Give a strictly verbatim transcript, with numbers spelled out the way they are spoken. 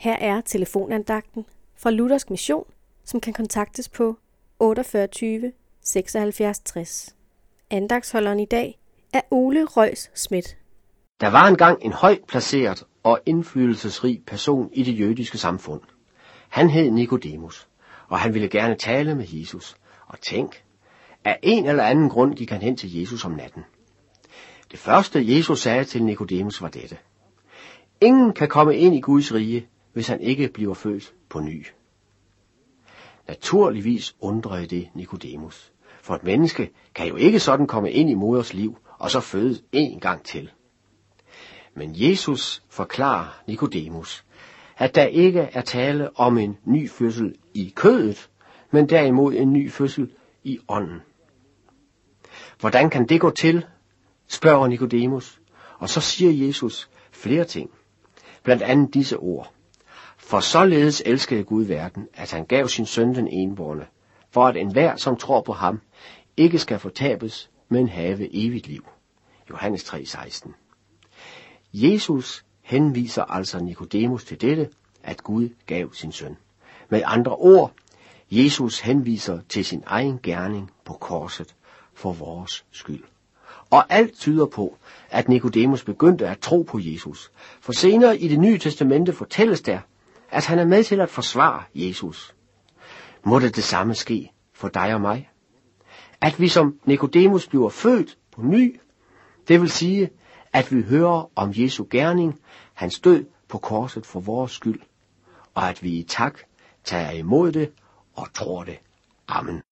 Her er telefonandagten fra Luthersk Mission, som kan kontaktes på otteogfyrre tyve seksoghalvfjerds tres. Andagtsholderen i dag er Ole Røys Schmidt. Der var engang en højt placeret og indflydelsesrig person i det jødiske samfund. Han hed Nikodemus, og han ville gerne tale med Jesus. Og tænk, af en eller anden grund gik han hen til Jesus om natten. Det første Jesus sagde til Nikodemus var dette: Ingen kan komme ind i Guds rige, hvis han ikke bliver født på ny. Naturligvis undrede det Nikodemus, for et menneske kan jo ikke sådan komme ind i moders liv og så fødes en gang til. Men Jesus forklarer Nikodemus, at der ikke er tale om en ny fødsel i kødet, men derimod en ny fødsel i ånden. Hvordan kan det gå til, spørger Nikodemus, og så siger Jesus flere ting, blandt andet disse ord: For således elskede Gud verden, at han gav sin søn den enbårne, for at enhver, som tror på ham, ikke skal fortabes, men have evigt liv. Johannes tre seksten. Jesus henviser altså Nikodemus til dette, at Gud gav sin søn. Med andre ord, Jesus henviser til sin egen gerning på korset for vores skyld. Og alt tyder på, at Nikodemus begyndte at tro på Jesus. For senere i Det Nye Testamente fortælles der, at han er med til at forsvare Jesus. Må det det samme ske for dig og mig? At vi som Nikodemus bliver født på ny, det vil sige, at vi hører om Jesu gerning, hans død på korset for vores skyld, og at vi i tak tager imod det og tror det. Amen.